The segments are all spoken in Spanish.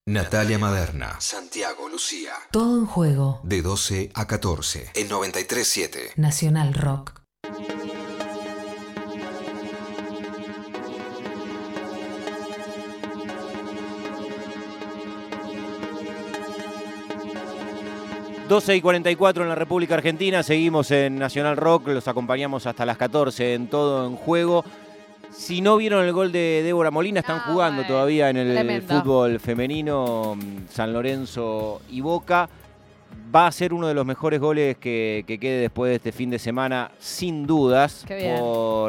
Natalia Maderna, Santiago Lucía. Todo en juego. De 12 a 14. En 93.7. Nacional Rock. y 44 en la República Argentina, seguimos en Nacional Rock, los acompañamos hasta las 14 en Todo en Juego. Si no vieron el gol de Débora Molina, están jugando todavía en el tremendo fútbol femenino, San Lorenzo y Boca. Va a ser uno de los mejores goles que quede después de este fin de semana, sin dudas. Qué bien.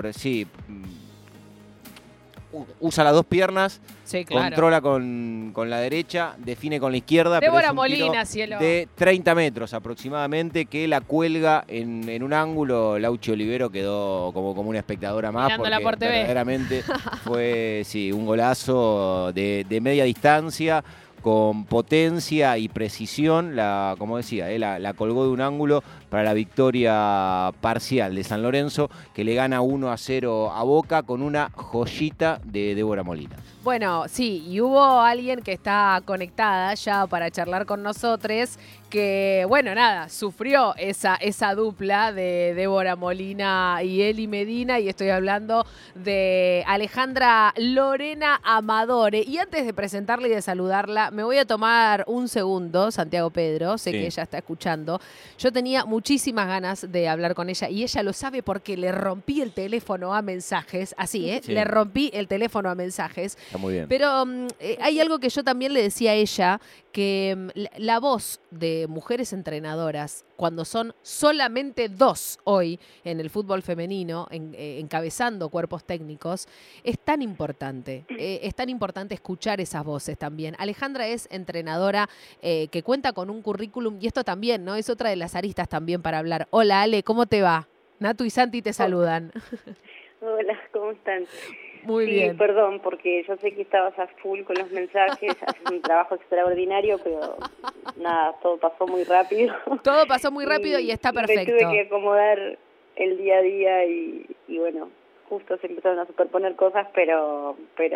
Usa las dos piernas, Sí, claro. controla con la derecha, define con la izquierda. Débora pero es un Molina, tiro cielo. de 30 metros aproximadamente, que la cuelga en un ángulo. Lauchi Olivero quedó como una espectadora más, Mirándola porque por TV. verdaderamente fue un golazo de media distancia, con potencia y precisión. Como decía, la colgó de un ángulo para la victoria parcial de San Lorenzo, que le gana 1-0 a Boca con una joyita de Débora Molina. Bueno, sí, y hubo alguien que está conectada ya para charlar con nosotros, que, bueno, nada, sufrió esa dupla de Débora Molina y Eli Medina, y estoy hablando de Alejandra Lorena Amadore. Y antes de presentarla y de saludarla, me voy a tomar un segundo, Santiago Pedro, sé que ella está escuchando. Yo tenía muchísimas ganas de hablar con ella, y ella lo sabe porque le rompí el teléfono a mensajes, así, Sí. le rompí el teléfono a mensajes. Está muy bien. Pero hay algo que yo también le decía a ella, que la voz de mujeres entrenadoras, cuando son solamente dos hoy en el fútbol femenino, encabezando cuerpos técnicos, es tan importante. Es tan importante escuchar esas voces también. Alejandra es entrenadora que cuenta con un currículum, y esto también, ¿no? Es otra de las aristas también para hablar. Hola, Ale, ¿cómo te va? Natu y Santi te saludan. Hola, ¿cómo están? Muy sí, bien. Perdón, porque yo sé que estabas a full con los mensajes, haces un trabajo extraordinario, pero nada, todo pasó muy rápido. Todo pasó muy rápido y está perfecto. Me tuve que acomodar el día a día y bueno, justo se empezaron a superponer cosas, pero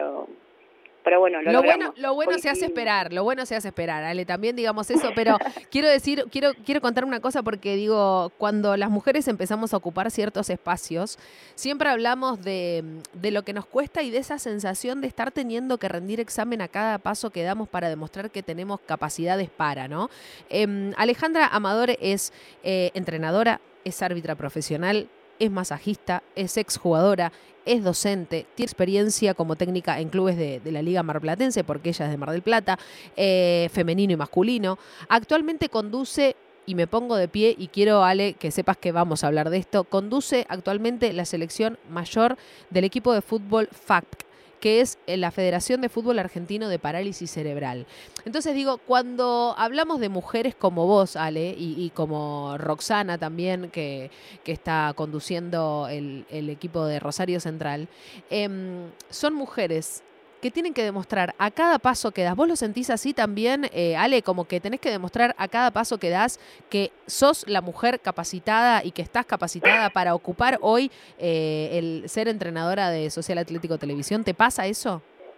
bueno, lo logramos. Lo bueno se hace esperar, Ale, también digamos eso, pero quiero contar una cosa, porque digo, cuando las mujeres empezamos a ocupar ciertos espacios, siempre hablamos de lo que nos cuesta y de esa sensación de estar teniendo que rendir examen a cada paso que damos para demostrar que tenemos capacidades para, ¿no? Alejandra Amadore es entrenadora, es árbitra profesional, es masajista, es exjugadora, es docente, tiene experiencia como técnica en clubes de la Liga Marplatense, porque ella es de Mar del Plata, femenino y masculino. Actualmente conduce, y me pongo de pie y quiero, Ale, que sepas que vamos a hablar de esto, conduce actualmente la selección mayor del equipo de fútbol FAPC, que es la Federación de Fútbol Argentino de Parálisis Cerebral. Entonces digo, cuando hablamos de mujeres como vos, Ale, y como Roxana también, que está conduciendo el equipo de Rosario Central, son mujeres que tienen que demostrar a cada paso que das. ¿Vos lo sentís así también, Ale? Como que tenés que demostrar a cada paso que das que sos la mujer capacitada y que estás capacitada para ocupar hoy el ser entrenadora de Social Atlético Televisión. ¿Te pasa eso?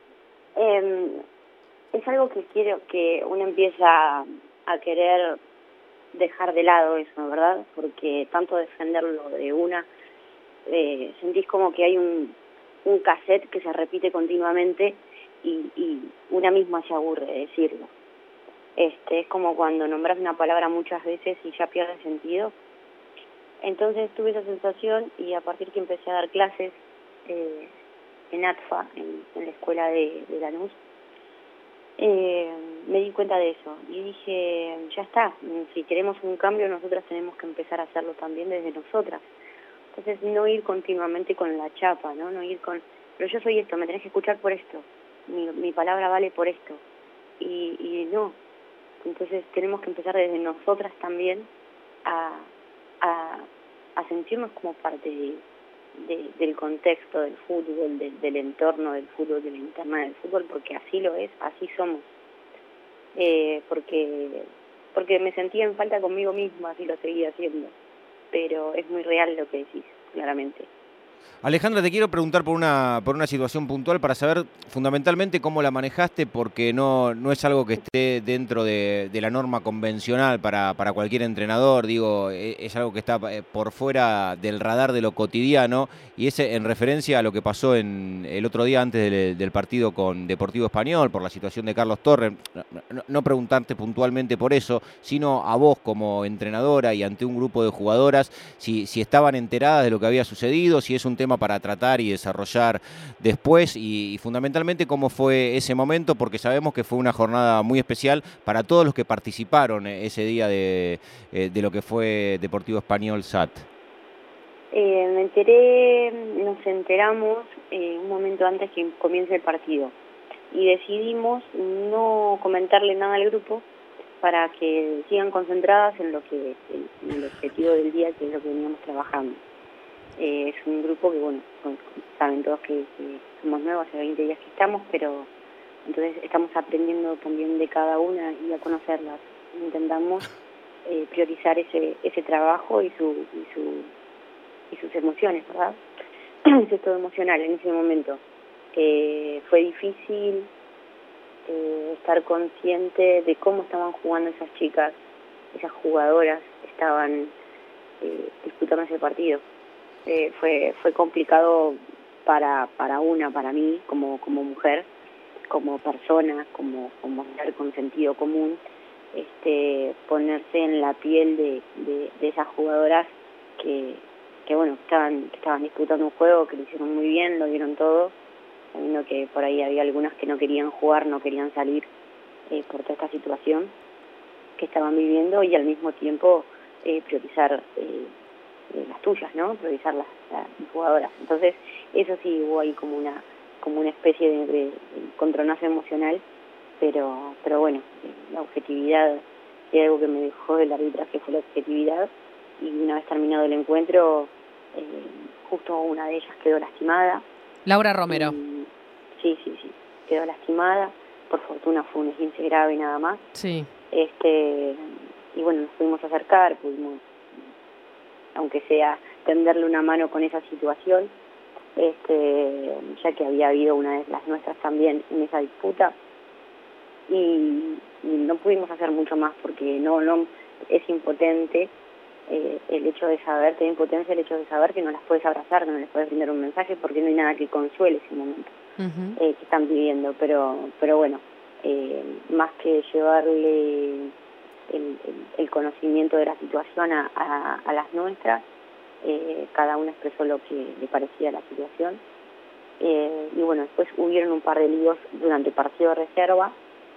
Es algo que quiero que uno empieza a querer dejar de lado eso, ¿verdad? Porque tanto defenderlo de una, sentís como que hay un cassette que se repite continuamente y una misma se aburre de decirlo. Es como cuando nombras una palabra muchas veces y ya pierde sentido. Entonces tuve esa sensación, y a partir que empecé a dar clases en ATFA, en la escuela de Lanús, me di cuenta de eso y dije, ya está, si queremos un cambio nosotras tenemos que empezar a hacerlo también desde nosotras. Entonces, no ir continuamente con la chapa, ¿no? No ir con, pero yo soy esto, me tenés que escuchar por esto, mi palabra vale por esto. Y no. Entonces, tenemos que empezar desde nosotras también a sentirnos como parte del contexto del fútbol, del entorno del fútbol, de la interna del fútbol, porque así lo es, así somos. Porque me sentía en falta conmigo misma, así lo seguía haciendo. Pero es muy real lo que decís, claramente. Alejandra, te quiero preguntar por una situación puntual para saber fundamentalmente cómo la manejaste, porque no es algo que esté dentro de la norma convencional para cualquier entrenador. Digo, es algo que está por fuera del radar de lo cotidiano, y es en referencia a lo que pasó el otro día antes del partido con Deportivo Español, por la situación de Carlos Torres. No preguntarte puntualmente por eso, sino a vos como entrenadora y ante un grupo de jugadoras, si estaban enteradas de lo que había sucedido, si es un tema para tratar y desarrollar después, y fundamentalmente cómo fue ese momento, porque sabemos que fue una jornada muy especial para todos los que participaron ese día de lo que fue Deportivo Español SAT. Nos enteramos un momento antes que comience el partido y decidimos no comentarle nada al grupo para que sigan concentradas en el objetivo del día, que es lo que veníamos trabajando. Es un grupo que, bueno, saben todos que somos nuevos, hace 20 días que estamos, pero entonces estamos aprendiendo también de cada una y a conocerlas. Intentamos priorizar ese trabajo y sus emociones, ¿verdad? Ese estado emocional en ese momento. Fue difícil estar consciente de cómo estaban jugando esas chicas, esas jugadoras estaban disputando ese partido. Fue complicado para mí como mujer, como persona, como ser con sentido común, ponerse en la piel de esas jugadoras que bueno, estaban disputando un juego, que lo hicieron muy bien, lo dieron todo, sabiendo que por ahí había algunas que no querían jugar, no querían salir por toda esta situación que estaban viviendo, y al mismo tiempo priorizar las tuyas, ¿no? Priorizar las jugadoras. Entonces, eso sí, hubo ahí como una especie de encontronazo emocional, pero bueno, la objetividad, si hay algo que me dejó del arbitraje fue la objetividad, y una vez terminado el encuentro, justo una de ellas quedó lastimada. Laura Romero. Sí, quedó lastimada, por fortuna fue un esguince grave nada más. Sí. Y bueno, nos pudimos acercar, pudimos, aunque sea, tenderle una mano con esa situación, ya que había habido una de las nuestras también en esa disputa, y no pudimos hacer mucho más porque no es impotente el hecho de saber, te da impotencia el hecho de saber que no las puedes abrazar, que no les puedes brindar un mensaje, porque no hay nada que consuele ese momento que están viviendo, pero bueno, más que llevarle el conocimiento de la situación a las nuestras, cada una expresó lo que le parecía la situación, y bueno, después hubieron un par de líos durante el partido de reserva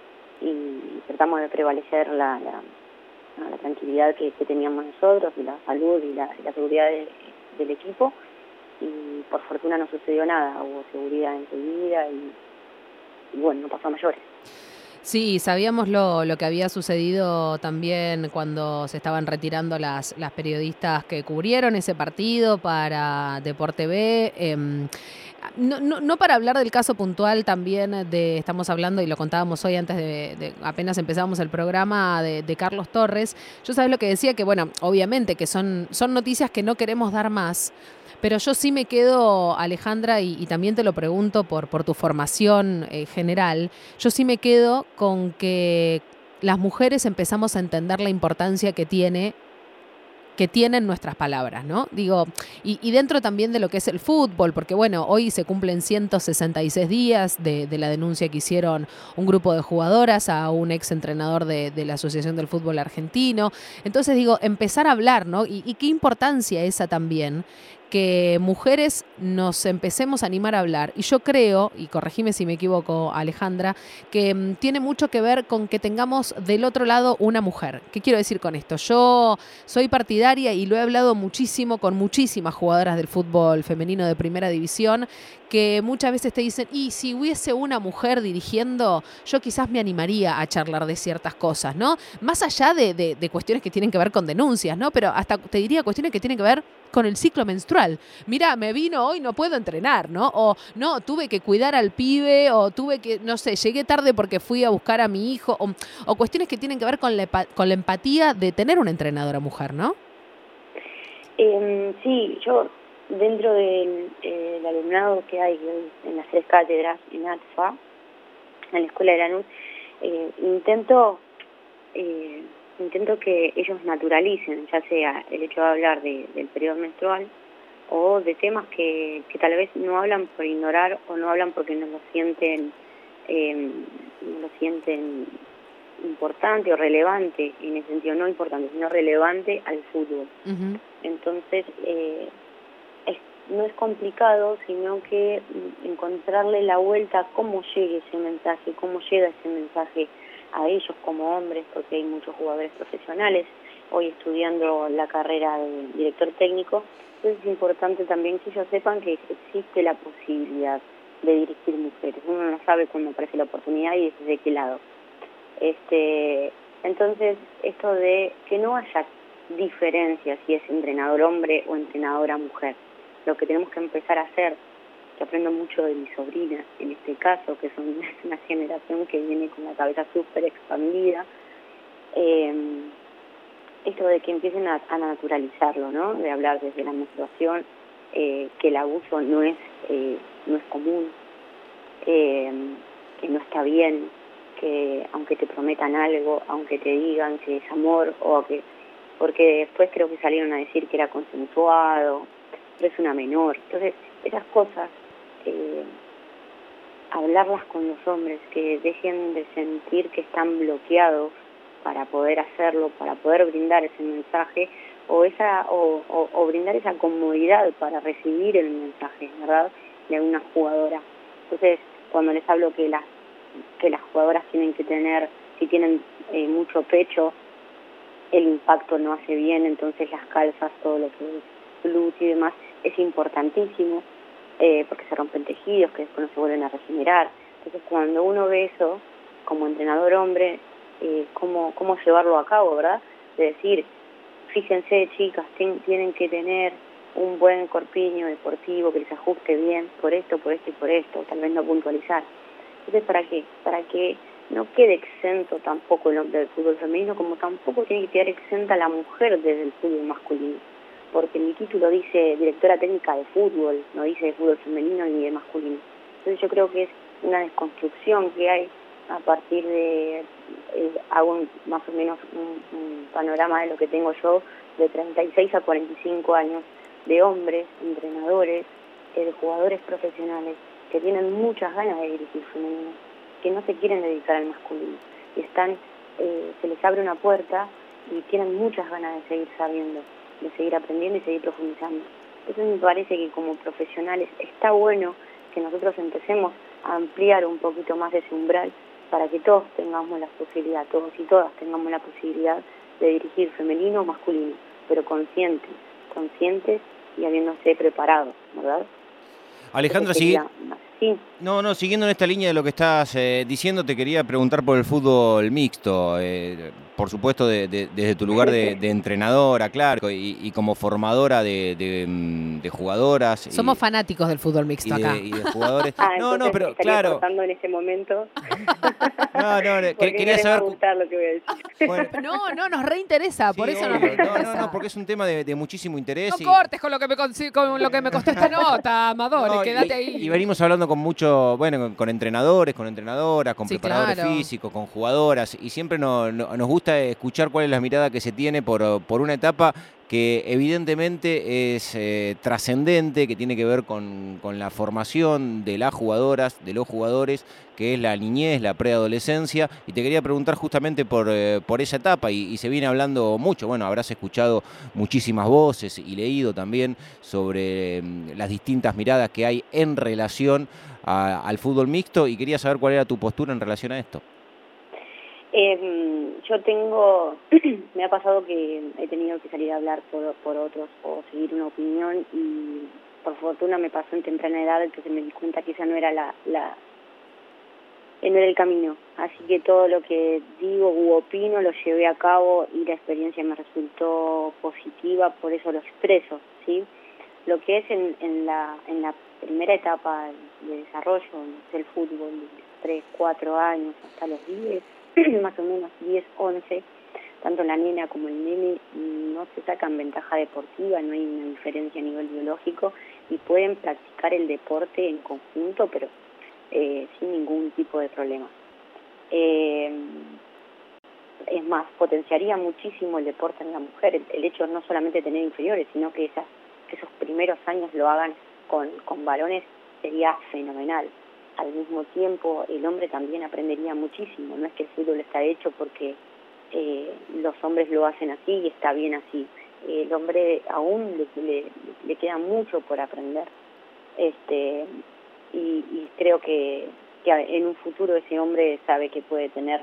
y tratamos de prevalecer la tranquilidad que teníamos nosotros, y la salud y la seguridad del equipo, y por fortuna no sucedió nada, hubo seguridad enseguida y bueno, no pasó a mayores. Sí, sabíamos lo que había sucedido también cuando se estaban retirando las periodistas que cubrieron ese partido para Deporte B. No para hablar del caso puntual también estamos hablando, y lo contábamos hoy antes de apenas empezábamos el programa, de Carlos Torres. Yo sabes lo que decía, que bueno, obviamente que son noticias que no queremos dar más, pero yo sí me quedo, Alejandra, y también te lo pregunto por tu formación general, yo sí me quedo con que las mujeres empezamos a entender la importancia que tienen nuestras palabras, ¿no? Digo, y dentro también de lo que es el fútbol, porque bueno, hoy se cumplen 166 días de la denuncia que hicieron un grupo de jugadoras a un ex entrenador de la Asociación del Fútbol Argentino. Entonces digo, empezar a hablar, ¿no? Y qué importancia esa también, que mujeres nos empecemos a animar a hablar. Y yo creo, y corregime si me equivoco, Alejandra, que tiene mucho que ver con que tengamos del otro lado una mujer. ¿Qué quiero decir con esto? Yo soy partidaria, y lo he hablado muchísimo con muchísimas jugadoras del fútbol femenino de primera división, que muchas veces te dicen, y si hubiese una mujer dirigiendo, yo quizás me animaría a charlar de ciertas cosas, ¿no? Más allá de cuestiones que tienen que ver con denuncias, ¿no? Pero hasta te diría cuestiones que tienen que ver con el ciclo menstrual. Mira, me vino hoy, no puedo entrenar, ¿no? O no, tuve que cuidar al pibe, o tuve que, no sé, llegué tarde porque fui a buscar a mi hijo, o cuestiones que tienen que ver con la empatía de tener una entrenadora mujer, ¿no? Sí, yo dentro del el alumnado que hay en las 3 cátedras en ATFA, en la Escuela de Lanús, intento que ellos naturalicen, ya sea el hecho de hablar del periodo menstrual o de temas que tal vez no hablan por ignorar o no hablan porque no lo sienten importante o relevante, en el sentido no importante, sino relevante al fútbol. Ujú. Entonces, no es complicado, sino que encontrarle la vuelta a cómo llegue ese mensaje, cómo llega ese mensaje a ellos como hombres, porque hay muchos jugadores profesionales hoy estudiando la carrera de director técnico. Entonces es importante también que ellos sepan que existe la posibilidad de dirigir mujeres. Uno no sabe cuándo aparece la oportunidad y desde qué lado. Entonces, esto de que no haya diferencia si es entrenador hombre o entrenadora mujer. Lo que tenemos que empezar a hacer, que aprendo mucho de mi sobrina, en este caso, que es una generación que viene con la cabeza súper expandida, esto de que empiecen a naturalizarlo, ¿no? De hablar desde la menstruación, que el abuso no es común, que no está bien, que aunque te prometan algo, aunque te digan que es amor, porque después creo que salieron a decir que era consensuado, pero es una menor. Entonces, esas cosas, hablarlas con los hombres, que dejen de sentir que están bloqueados para poder hacerlo, para poder brindar ese mensaje, o brindar esa comodidad para recibir el mensaje, ¿verdad?, de una jugadora. Entonces, cuando les hablo que las jugadoras tienen que tener, si tienen mucho pecho, el impacto no hace bien, entonces las calzas, todo lo que es glúteo y demás, es importantísimo, porque se rompen tejidos que después no se vuelven a regenerar. Entonces, cuando uno ve eso, como entrenador hombre, cómo llevarlo a cabo, ¿verdad? De decir, fíjense, chicas, tienen que tener un buen corpiño deportivo que les ajuste bien por esto y por esto, tal vez no puntualizar. Entonces, ¿para qué? Para que no quede exento tampoco el hombre del fútbol femenino, como tampoco tiene que quedar exenta la mujer desde el fútbol masculino. Porque mi título dice directora técnica de fútbol, no dice de fútbol femenino ni de masculino. Entonces yo creo que es una desconstrucción que hay a partir de, hago más o menos un panorama de lo que tengo yo, de 36 a 45 años, de hombres, entrenadores, de jugadores profesionales, que tienen muchas ganas de dirigir femenino, que no se quieren dedicar al masculino, y se les abre una puerta y tienen muchas ganas de seguir sabiendo, de seguir aprendiendo y seguir profundizando. Entonces me parece que como profesionales está bueno que nosotros empecemos a ampliar un poquito más ese umbral para que todos tengamos la posibilidad, todos y todas tengamos la posibilidad de dirigir femenino o masculino, pero conscientes y habiéndose preparados, ¿verdad? Alejandra, Sí. Siguiendo en esta línea de lo que estás diciendo, te quería preguntar por el fútbol mixto, por supuesto desde tu lugar de entrenadora, claro, y como formadora de jugadoras. Somos fanáticos del fútbol mixto acá. Y de jugadores. Pero claro. Cortando en este momento. Quería saber. No me gustar lo que voy a decir. Bueno. No, nos reinteresa, por eso nos reinteresa. No, porque es un tema de muchísimo interés. No cortes con lo que me costó esta nota, Amador, quédate ahí. Y venimos hablando con con entrenadores, con entrenadoras, con preparadores físicos, con jugadoras, y siempre nos gusta escuchar cuál es la mirada que se tiene por una etapa que evidentemente es trascendente, que tiene que ver con la formación de las jugadoras, de los jugadores, que es la niñez, la preadolescencia, y te quería preguntar justamente por esa etapa, y se viene hablando mucho, bueno, habrás escuchado muchísimas voces y leído también sobre las distintas miradas que hay en relación al fútbol mixto, y quería saber cuál era tu postura en relación a esto. Yo me ha pasado que he tenido que salir a hablar por otros o seguir una opinión, y por fortuna me pasó en temprana edad, entonces me di cuenta que esa no era no era el camino. Así que todo lo que digo u opino lo llevé a cabo y la experiencia me resultó positiva, por eso lo expreso, ¿sí? Lo que es en la primera etapa de desarrollo del fútbol, 3, 4 años hasta los 10, más o menos 10, 11, tanto la nena como el nene no se sacan ventaja deportiva, no hay una diferencia a nivel biológico y pueden practicar el deporte en conjunto, pero sin ningún tipo de problema. Es más, potenciaría muchísimo el deporte en la mujer, el hecho no solamente de tener inferiores, sino que esos primeros años lo hagan con varones sería fenomenal. Al mismo tiempo, el hombre también aprendería muchísimo, no es que el fútbol está hecho porque los hombres lo hacen así y está bien así. El hombre aún le queda mucho por aprender, y creo que en un futuro ese hombre sabe que puede tener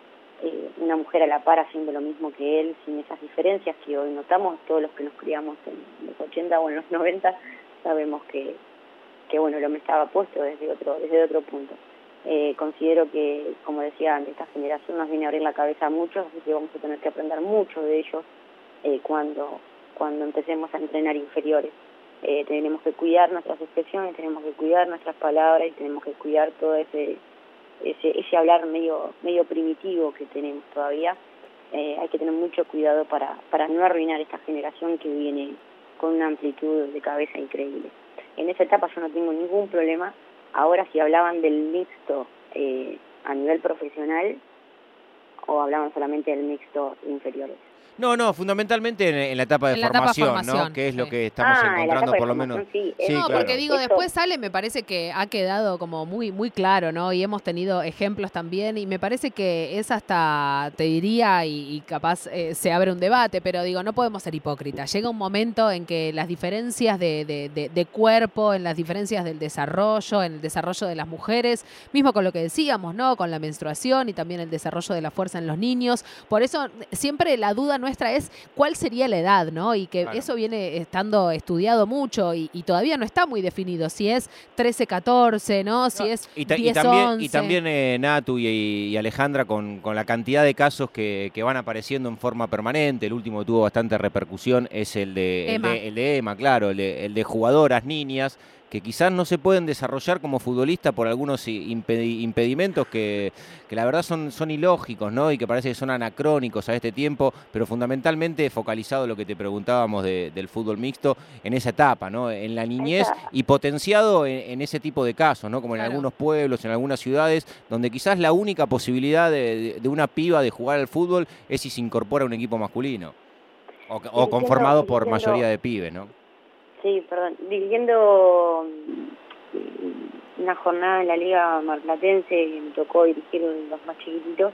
una mujer a la par haciendo lo mismo que él, sin esas diferencias que hoy notamos. Todos los que nos criamos en los 80 o en los 90 sabemos que bueno, el hombre estaba puesto desde otro punto. Considero que, como decía antes, esta generación nos viene a abrir la cabeza a muchos, así que vamos a tener que aprender mucho de ellos cuando empecemos a entrenar inferiores. Tenemos que cuidar nuestras expresiones, tenemos que cuidar nuestras palabras y tenemos que cuidar todo ese hablar medio primitivo que tenemos todavía. Hay que tener mucho cuidado para no arruinar esta generación que viene con una amplitud de cabeza increíble. En esa etapa yo no tengo ningún problema. Ahora, si hablaban del mixto a nivel profesional o hablaban solamente del mixto inferiores. No, fundamentalmente en la etapa de formación, ¿no? Que es lo que estamos encontrando por lo menos. Sí, no, claro. Porque digo, después sale, me parece que ha quedado como muy, muy claro, ¿no? Y hemos tenido ejemplos también, y me parece que es hasta, te diría, y capaz se abre un debate, pero digo, no podemos ser hipócritas. Llega un momento en que las diferencias de cuerpo, en las diferencias del desarrollo, en el desarrollo de las mujeres, mismo con lo que decíamos, ¿no? Con la menstruación y también el desarrollo de la fuerza en los niños. Por eso siempre la duda nuestra es cuál sería la edad, ¿no? Y que eso viene estando estudiado mucho y todavía no está muy definido, si es 13, 14, ¿no? Si es 10, 11. Y también Natu y Alejandra con la cantidad de casos que van apareciendo en forma permanente. El último que tuvo bastante repercusión es el de Emma, claro, el de jugadoras, niñas, que quizás no se pueden desarrollar como futbolistas por algunos impedimentos que la verdad son ilógicos, ¿no? Y que parece que son anacrónicos a este tiempo, pero fundamentalmente focalizado lo que te preguntábamos del fútbol mixto en esa etapa, ¿no? En la niñez y potenciado en ese tipo de casos, ¿no? Como en algunos pueblos, en algunas ciudades, donde quizás la única posibilidad de una piba de jugar al fútbol es si se incorpora a un equipo masculino o conformado por mayoría de pibes, ¿no? Sí, perdón. Dirigiendo una jornada en la Liga Marplatense, que me tocó dirigir los más chiquititos,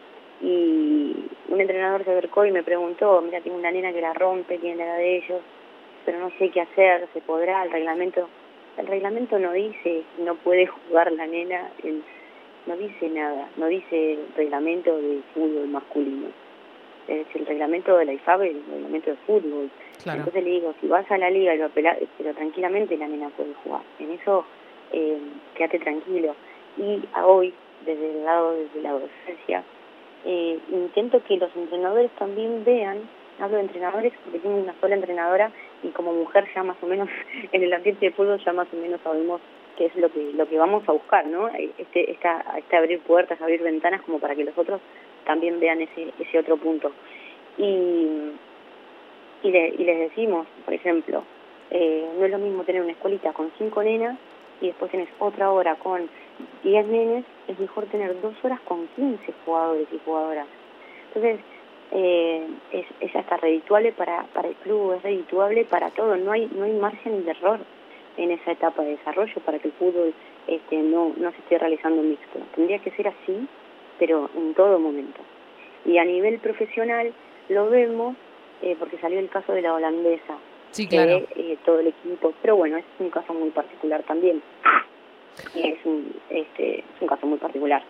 y un entrenador se acercó y me preguntó, mira, tengo una nena que la rompe, tiene la edad de ellos, pero no sé qué hacer, ¿se podrá? El reglamento no dice no puede jugar la nena, no dice nada, no dice el reglamento de fútbol masculino. Es el reglamento de la IFAB, el reglamento de fútbol. Claro. Entonces le digo, si vas a la liga y lo apelás, pero tranquilamente la nena puede jugar. En eso, quédate tranquilo. Y hoy, desde el lado de la docencia, intento que los entrenadores también vean, hablo de entrenadores porque tengo una sola entrenadora y como mujer ya más o menos, en el ambiente de fútbol ya más o menos sabemos qué es lo que vamos a buscar, ¿no? Este abrir puertas, abrir ventanas como para que los otros también vean ese otro punto. Y les decimos, por ejemplo, no es lo mismo tener una escuelita con 5 nenas y después tenés otra hora con 10 nenes, es mejor tener 2 horas con 15 jugadores y jugadoras. Entonces, es hasta redituable para el club, es redituable para todo, no hay margen de error en esa etapa de desarrollo para que el fútbol no se esté realizando mixto. Tendría que ser así, pero en todo momento. Y a nivel profesional lo vemos porque salió el caso de la holandesa. Sí, claro. Todo el equipo, pero bueno, es un caso muy particular también. Es un caso muy particular.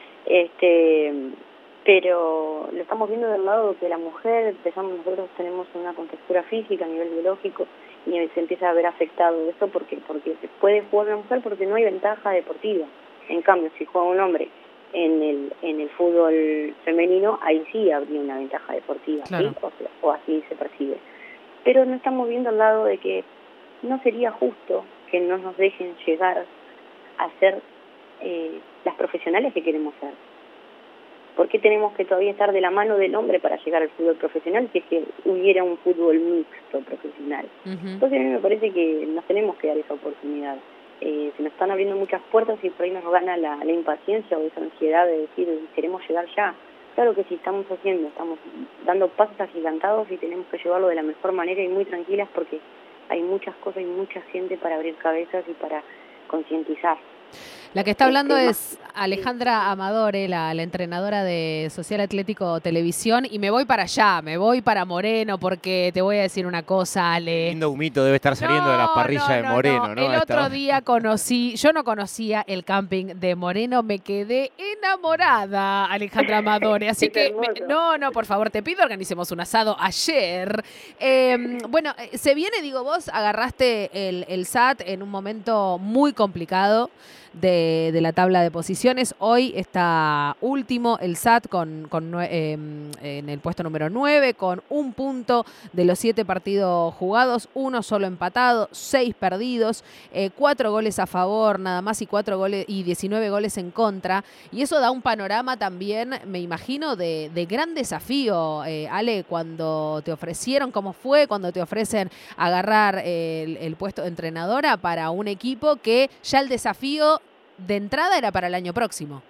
Pero lo estamos viendo del lado que la mujer, nosotros tenemos una contextura física a nivel biológico y se empieza a ver afectado eso porque se puede jugar una mujer porque no hay ventaja deportiva. En cambio, si juega un hombre en el fútbol femenino, ahí sí habría una ventaja deportiva, claro. ¿Sí? O así se percibe. Pero no estamos viendo al lado de que no sería justo que no nos dejen llegar a ser las profesionales que queremos ser. ¿Por qué tenemos que todavía estar de la mano del hombre para llegar al fútbol profesional si es que hubiera un fútbol mixto profesional? Entonces a mí me parece que nos tenemos que dar esa oportunidad. Se nos están abriendo muchas puertas y por ahí nos gana la impaciencia o esa ansiedad de decir queremos llegar ya. Claro que sí, estamos dando pasos agigantados y tenemos que llevarlo de la mejor manera y muy tranquilas porque hay muchas cosas y mucha gente para abrir cabezas y para concientizar. La que está hablando es Alejandra Amadore, la entrenadora de Social Atlético Televisión, y me voy para allá, me voy para Moreno, porque te voy a decir una cosa, Ale. Lindo humito debe estar saliendo de la parrilla de Moreno, ¿no? El otro día yo no conocía el camping de Moreno, me quedé enamorada, Alejandra Amadore, así que, por favor, te pido organicemos un asado ayer. Bueno, se viene, digo, vos agarraste el SAT en un momento muy complicado de la tabla de posiciones. Hoy está último el SAT en el puesto número 9 con 1 punto de los 7 partidos jugados, 1 solo empatado, 6 perdidos, 4 goles a favor nada más y 4 goles y 19 goles en contra. Y eso da un panorama también, me imagino, de gran desafío. Ale, cuando te ofrecieron, ¿cómo fue cuando te ofrecen agarrar el puesto de entrenadora para un equipo que ya el desafío de entrada era para el año próximo?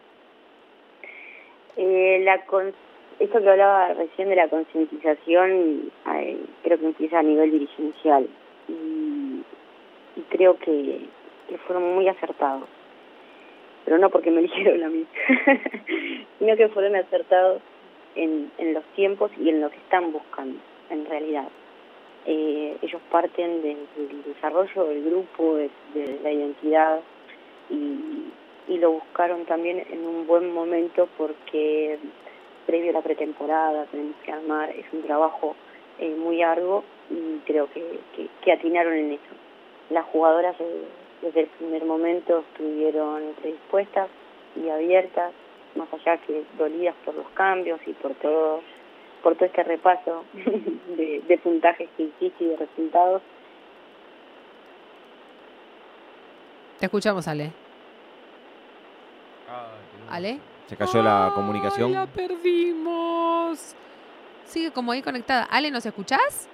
Esto que hablaba recién de la concientización, creo que empieza a nivel dirigencial y creo que fueron muy acertados, pero no porque me eligieron a mí, sino que fueron acertados en los tiempos y en lo que están buscando en realidad. Ellos parten del desarrollo del grupo, de la identidad, y lo buscaron también en un buen momento porque previo a la pretemporada tenemos que armar, es un trabajo muy arduo y creo que atinaron en eso. Las jugadoras desde el primer momento estuvieron predispuestas y abiertas, más allá que dolidas por los cambios y por todo este repaso de puntajes que hiciste y de resultados. Te escuchamos, Ale. ¿Ale? Se cayó la comunicación. La perdimos. Sigue como ahí conectada. Ale, ¿nos escuchás?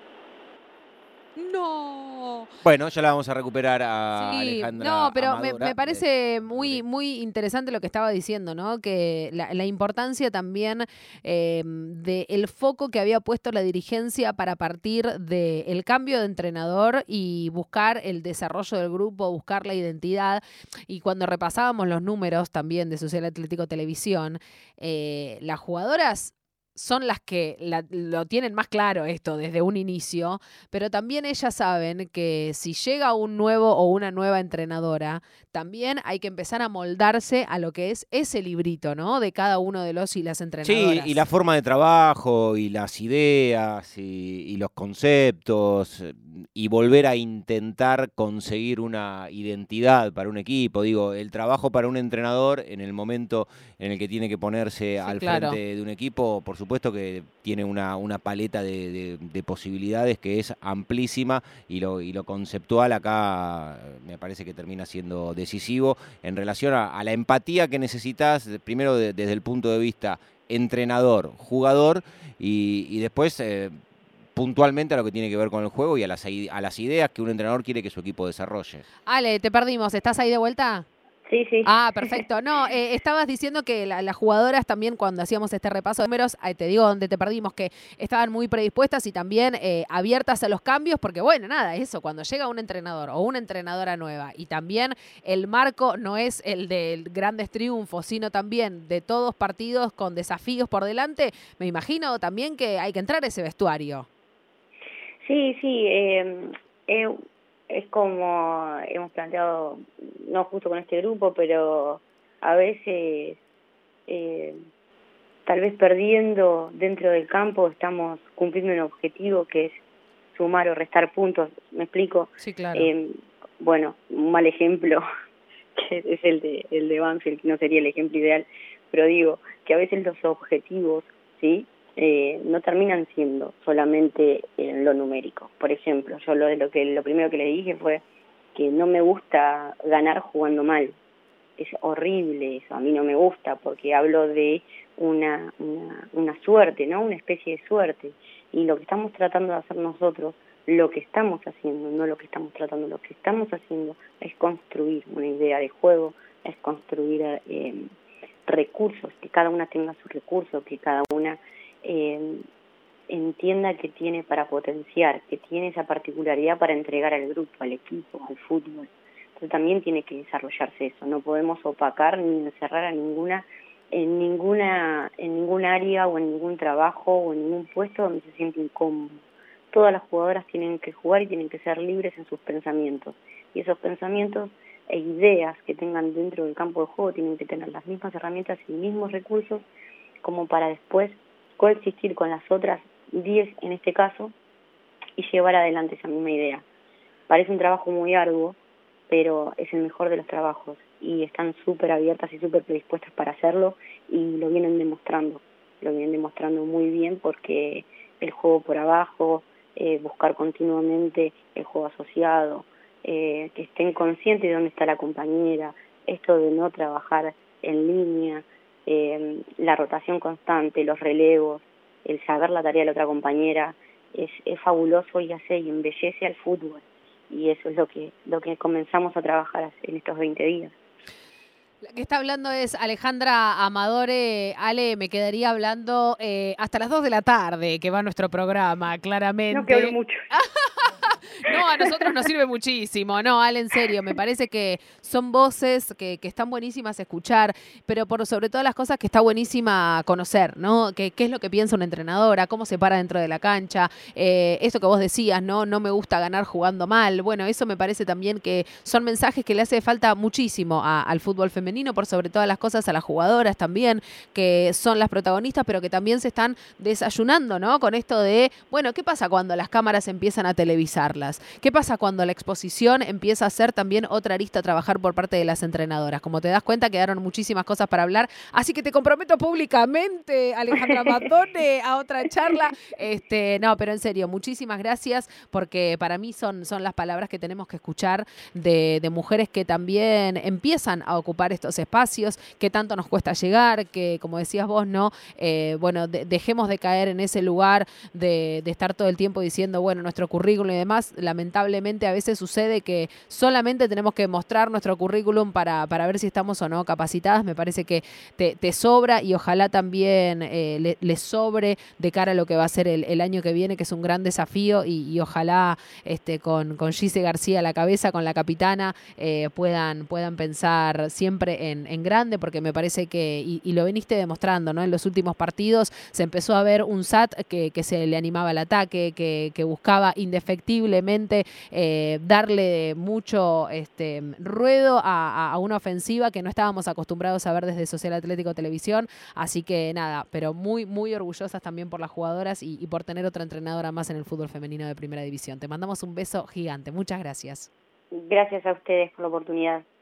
No. Bueno, ya la vamos a recuperar a Alejandra. No, pero Amadora. me parece muy interesante lo que estaba diciendo, ¿no? Que la importancia también del foco que había puesto la dirigencia para partir del cambio de entrenador y buscar el desarrollo del grupo, buscar la identidad. Y cuando repasábamos los números también de Social Atlético Televisión, las jugadoras son las que lo tienen más claro esto desde un inicio, pero también ellas saben que si llega un nuevo o una nueva entrenadora, también hay que empezar a moldarse a lo que es ese librito, ¿no? De cada uno de los y las entrenadoras. Sí, y la forma de trabajo, y las ideas, y los conceptos, y volver a intentar conseguir una identidad para un equipo. Digo, el trabajo para un entrenador en el momento en el que tiene que ponerse al frente de un equipo, por supuesto que tiene una paleta de posibilidades que es amplísima y lo conceptual acá me parece que termina siendo decisivo en relación a la empatía que necesitas, primero desde el punto de vista entrenador, jugador y después puntualmente a lo que tiene que ver con el juego y a las ideas que un entrenador quiere que su equipo desarrolle. Ale, te perdimos, ¿estás ahí de vuelta? Sí. Ah, perfecto. No, estabas diciendo que las jugadoras también, cuando hacíamos este repaso de números, te digo donde te perdimos, que estaban muy predispuestas y también abiertas a los cambios, porque bueno, nada, eso, cuando llega un entrenador o una entrenadora nueva y también el marco no es el de grandes triunfos, sino también de todos partidos con desafíos por delante, me imagino también que hay que entrar a ese vestuario. Sí, es como hemos planteado, no justo con este grupo, pero a veces tal vez perdiendo dentro del campo estamos cumpliendo un objetivo que es sumar o restar puntos. ¿Me explico? Sí, claro. Bueno, un mal ejemplo que es el de Banfield, que no sería el ejemplo ideal, pero digo que a veces los objetivos, ¿sí?, no terminan siendo solamente en lo numérico. Por ejemplo, yo lo primero que le dije fue que no me gusta ganar jugando mal, es horrible eso, a mí no me gusta porque hablo de una suerte, ¿no? Una especie de suerte. Y lo que estamos tratando de hacer nosotros, lo que estamos haciendo, no lo que estamos tratando, lo que estamos haciendo es construir una idea de juego, es construir recursos, que cada una tenga su recurso, que cada una entienda que tiene para potenciar, que tiene esa particularidad para entregar al grupo, al equipo, al fútbol. Entonces también tiene que desarrollarse eso, no podemos opacar ni encerrar a en ningún área o en ningún trabajo o en ningún puesto donde se siente incómodo. Todas las jugadoras tienen que jugar y tienen que ser libres en sus pensamientos. Y esos pensamientos e ideas que tengan dentro del campo de juego tienen que tener las mismas herramientas y mismos recursos como para después coexistir con las otras 10 en este caso y llevar adelante esa misma idea. Parece un trabajo muy arduo, pero es el mejor de los trabajos y están súper abiertas y súper predispuestas para hacerlo y lo vienen demostrando muy bien porque el juego por abajo, buscar continuamente el juego asociado, que estén conscientes de dónde está la compañera, esto de no trabajar en línea, la rotación constante, los relevos, el saber la tarea de la otra compañera, es fabuloso y hace y embellece al fútbol. Y eso es lo que comenzamos a trabajar en estos 20 días. La que está hablando es Alejandra Amadore. Ale, me quedaría hablando hasta las 2 de la tarde, que va nuestro programa, claramente. No que hablo mucho. No, a nosotros nos sirve muchísimo. No, Ale, en serio, me parece que son voces que están buenísimas escuchar, pero por sobre todas las cosas que está buenísima conocer, ¿no? ¿Qué es lo que piensa una entrenadora? ¿Cómo se para dentro de la cancha? Esto que vos decías, ¿no? No me gusta ganar jugando mal. Bueno, eso me parece también que son mensajes que le hace falta muchísimo al fútbol femenino, por sobre todas las cosas a las jugadoras también, que son las protagonistas, pero que también se están desayunando, ¿no? Con esto de, bueno, ¿qué pasa cuando las cámaras empiezan a televisarlas? ¿Qué pasa cuando la exposición empieza a ser también otra arista a trabajar por parte de las entrenadoras? Como te das cuenta, quedaron muchísimas cosas para hablar, así que te comprometo públicamente, Alejandra Madone, a otra charla. No, pero en serio, muchísimas gracias, porque para mí son las palabras que tenemos que escuchar de mujeres que también empiezan a ocupar estos espacios, que tanto nos cuesta llegar, que como decías vos, ¿no? Dejemos de caer en ese lugar de estar todo el tiempo diciendo, bueno, nuestro currículum y demás. Lamentablemente a veces sucede que solamente tenemos que mostrar nuestro currículum para ver si estamos o no capacitadas. Me parece que te sobra y ojalá también le sobre de cara a lo que va a ser el año que viene, que es un gran desafío y ojalá con Gise García a la cabeza, con la capitana, puedan pensar siempre en grande, porque me parece que, y lo veniste demostrando, ¿no? En los últimos partidos se empezó a ver un SAT que se le animaba al ataque, que buscaba indefectiblemente darle mucho ruedo a una ofensiva que no estábamos acostumbrados a ver desde Social Atlético Televisión. Así que nada, pero muy, muy orgullosas también por las jugadoras y por tener otra entrenadora más en el fútbol femenino de Primera División. Te mandamos un beso gigante. Muchas gracias. Gracias a ustedes por la oportunidad.